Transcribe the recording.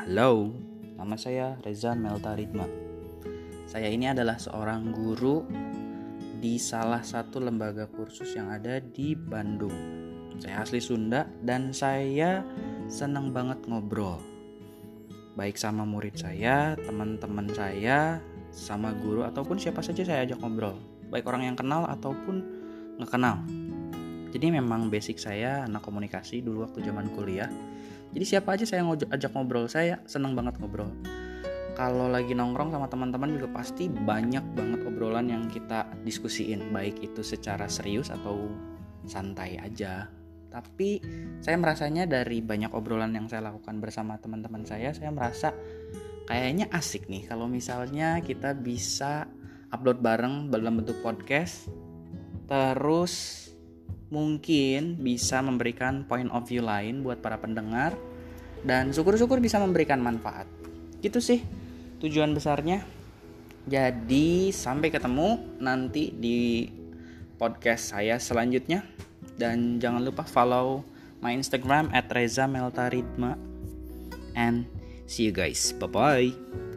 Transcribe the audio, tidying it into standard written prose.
Halo, nama saya Reza Meltaridma. Saya ini adalah seorang guru di salah satu lembaga kursus yang ada di Bandung. Saya asli Sunda dan saya senang banget ngobrol. Baik sama murid saya, teman-teman saya, sama guru ataupun siapa saja saya ajak ngobrol. Baik orang yang kenal ataupun nggak kenal. Jadi memang basic saya anak komunikasi dulu waktu zaman kuliah. Jadi siapa aja saya ajak ngobrol, saya seneng banget ngobrol. Kalau lagi nongkrong sama teman-teman juga pasti banyak banget obrolan yang kita diskusiin, baik itu secara serius atau santai aja. Tapi saya merasanya dari banyak obrolan yang saya lakukan bersama teman-teman saya merasa kayaknya asik nih kalau misalnya kita bisa upload bareng dalam bentuk podcast. Terus mungkin bisa memberikan point of view lain buat para pendengar dan syukur-syukur bisa memberikan manfaat. Gitu sih tujuan besarnya. Jadi sampai ketemu nanti di podcast saya selanjutnya dan jangan lupa follow my Instagram @rezameltaridma and see you guys. Bye bye.